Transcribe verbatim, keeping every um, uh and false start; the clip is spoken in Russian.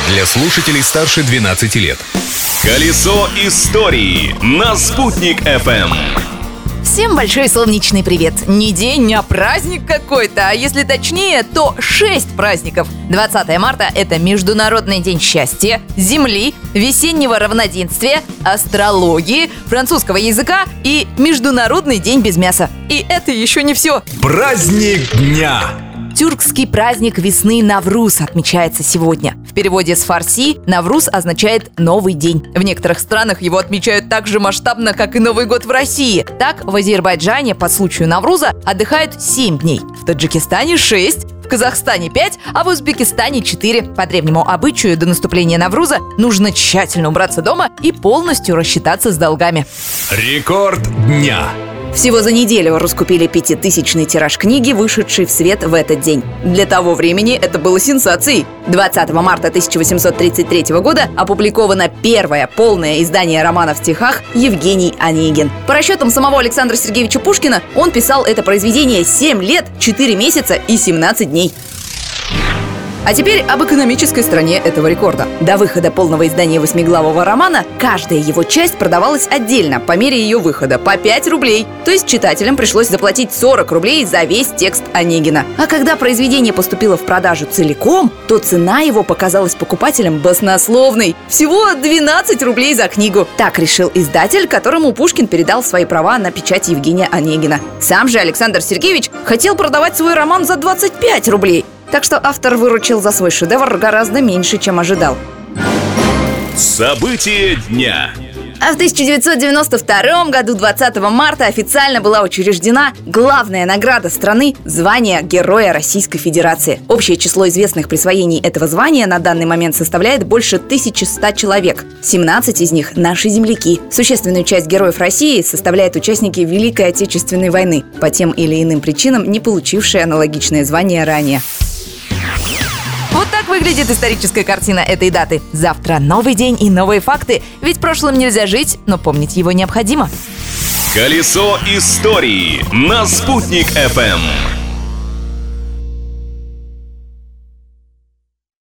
Для слушателей старше двенадцати лет. Колесо истории на Спутник эф эм. Всем большой солнечный привет! Не день, а праздник какой-то, а если точнее, то шесть праздников. двадцатое марта – это Международный день счастья, Земли, весеннего равноденствия, астрологии, французского языка и Международный день без мяса. И это еще не все. Праздник дня. Тюркский праздник весны Навруз отмечается сегодня. В переводе с фарси Навруз означает «новый день». В некоторых странах его отмечают так же масштабно, как и Новый год в России. Так, в Азербайджане по случаю Навруза отдыхают семь дней, в Таджикистане шесть, в Казахстане пять, а в Узбекистане четыре. По древнему обычаю до наступления Навруза нужно тщательно убраться дома и полностью рассчитаться с долгами. Рекорд дня. Всего за неделю раскупили пятитысячный тираж книги, вышедший в свет в этот день. Для того времени это было сенсацией. двадцатого марта тысяча восемьсот тридцать третьего года опубликовано первое полное издание романа в стихах «Евгений Онегин». По расчетам самого Александра Сергеевича Пушкина, он писал это произведение семь лет, четыре месяца и семнадцать дней. А теперь об экономической стороне этого рекорда. До выхода полного издания восьмиглавого романа каждая его часть продавалась отдельно, по мере ее выхода, по пять рублей. То есть читателям пришлось заплатить сорок рублей за весь текст Онегина. А когда произведение поступило в продажу целиком, то цена его показалась покупателям баснословной. Всего двенадцать рублей за книгу. Так решил издатель, которому Пушкин передал свои права на печать Евгения Онегина. Сам же Александр Сергеевич хотел продавать свой роман за двадцать пять рублей. Так что автор выручил за свой шедевр гораздо меньше, чем ожидал. События дня. А в тысяча девятьсот девяносто втором году, двадцатого марта, официально была учреждена главная награда страны – звание Героя Российской Федерации. Общее число известных присвоений этого звания на данный момент составляет больше тысячи ста человек. семнадцать из них – наши земляки. Существенную часть героев России составляют участники Великой Отечественной войны, по тем или иным причинам не получившие аналогичное звание ранее. Вот так выглядит историческая картина этой даты. Завтра новый день и новые факты. Ведь прошлым нельзя жить, но помнить его необходимо. Колесо истории на Спутник эф эм.